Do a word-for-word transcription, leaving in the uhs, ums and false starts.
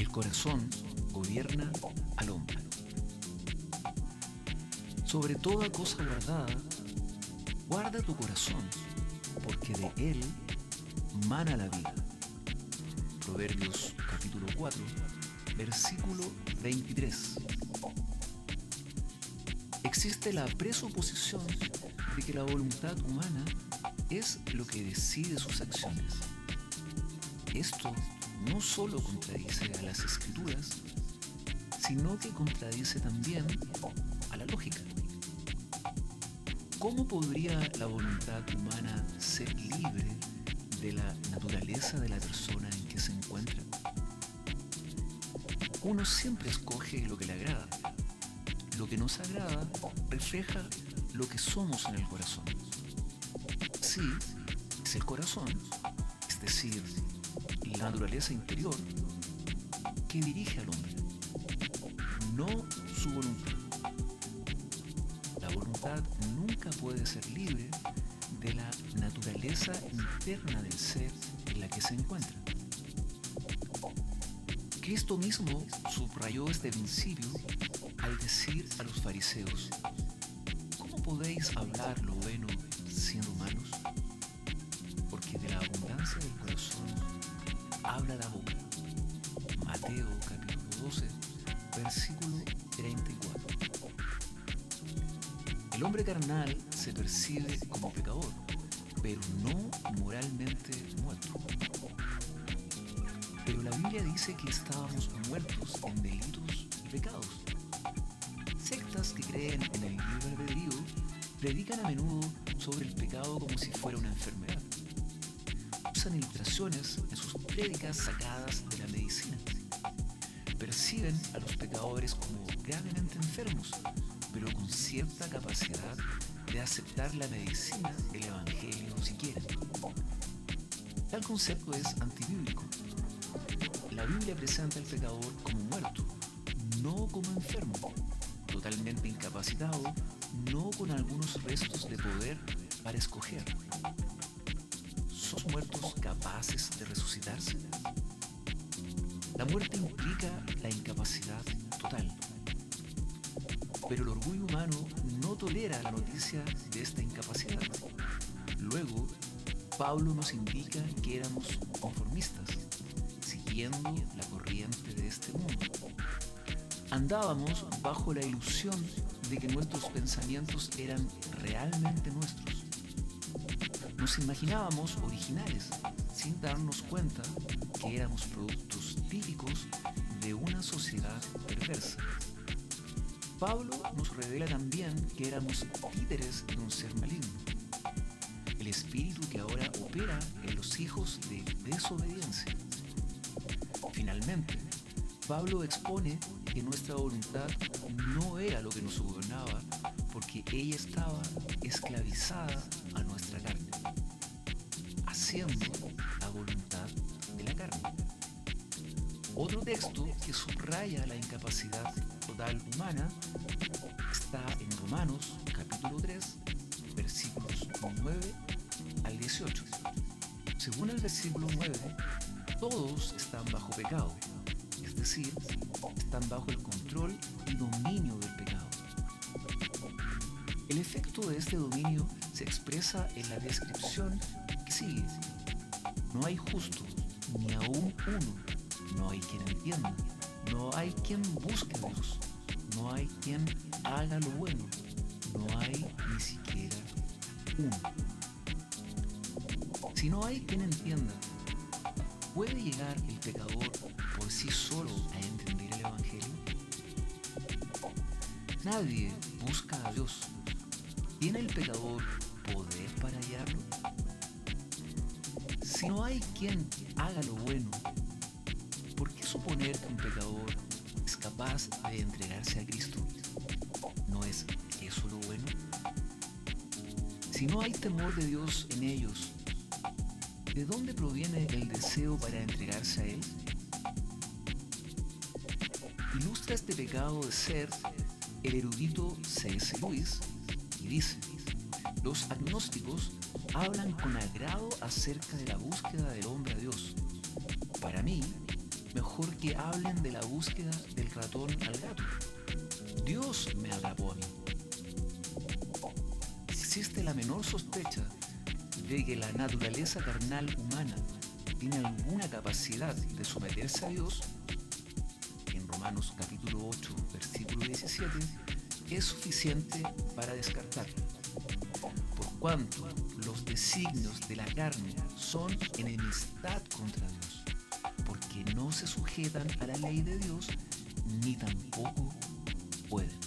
El corazón gobierna al hombre. Sobre toda cosa guardada, guarda tu corazón, porque de él mana la vida. Proverbios capítulo cuatro, versículo veintitrés. Existe la presuposición de que la voluntad humana es lo que decide sus acciones. Esto no solo contradice a las escrituras, sino que contradice también a la lógica. ¿Cómo podría la voluntad humana ser libre de la naturaleza de la persona en que se encuentra? Uno siempre escoge lo que le agrada. Lo que nos agrada refleja lo que somos en el corazón. Sí, es el corazón, es decir, la naturaleza interior, que dirige al hombre, no su voluntad. La voluntad nunca puede ser libre de la naturaleza interna del ser en la que se encuentra. Cristo mismo subrayó este principio al decir a los fariseos: ¿cómo podéis hablar lo bueno siendo malos? Porque de la abundancia del corazón habla la boca. Mateo capítulo doce, versículo treinta y cuatro. El hombre carnal se percibe como pecador, pero no moralmente muerto. Pero la Biblia dice que estábamos muertos en delitos y pecados. Sectas que creen en el libre albedrío predican a menudo sobre el pecado como si fuera una enfermedad. Usan ilustraciones en sus prédicas sacadas de la medicina. Perciben a los pecadores como gravemente enfermos, pero con cierta capacidad de aceptar la medicina del Evangelio si quieren. Tal concepto es antibíblico. La Biblia presenta al pecador como muerto, no como enfermo, totalmente incapacitado, no con algunos restos de poder para escoger. ¿Son muertos capaces de resucitarse? La muerte implica la incapacidad total. Pero el orgullo humano no tolera la noticia de esta incapacidad. Luego, Pablo nos indica que éramos conformistas, siguiendo la corriente de este mundo. Andábamos bajo la ilusión de que nuestros pensamientos eran realmente nuestros. Nos imaginábamos originales, sin darnos cuenta que éramos productos típicos de una sociedad perversa. Pablo nos revela también que éramos títeres de un ser maligno, el espíritu que ahora opera en los hijos de desobediencia. Finalmente, Pablo expone que nuestra voluntad no era lo que nos gobernaba, porque ella estaba esclavizada a nuestra carne, haciendo la voluntad de la carne. Otro texto que subraya la incapacidad total humana está en Romanos capítulo tres, versículos nueve al dieciocho. Según el versículo nueve, todos están bajo pecado, es decir, están bajo el control y dominio del pecado. El efecto de este dominio se expresa en la descripción que sigue. No hay justo, ni aún uno. No hay quien entienda. No hay quien busque a Dios. No hay quien haga lo bueno. No hay ni siquiera uno. Si no hay quien entienda, ¿puede llegar el pecador por sí solo a entender el Evangelio? Nadie busca a Dios. ¿Tiene el pecador poder para hallarlo? Si no hay quien haga lo bueno, ¿por qué suponer que un pecador es capaz de entregarse a Cristo? ¿No es eso lo bueno? Si no hay temor de Dios en ellos, ¿de dónde proviene el deseo para entregarse a Él? Ilustra este pecado de ser el erudito C S Lewis y dice: los agnósticos hablan con agrado acerca de la búsqueda del hombre a Dios. Para mí, mejor que hablen de la búsqueda del ratón al gato. Dios me atrapó a mí. Si existe la menor sospecha de que la naturaleza carnal humana tiene alguna capacidad de someterse a Dios, en Romanos capítulo ocho, versículo diecisiete, es suficiente para descartarla. Por cuanto los designios de la carne son enemistad contra Dios, porque no se sujetan a la ley de Dios, ni tampoco pueden.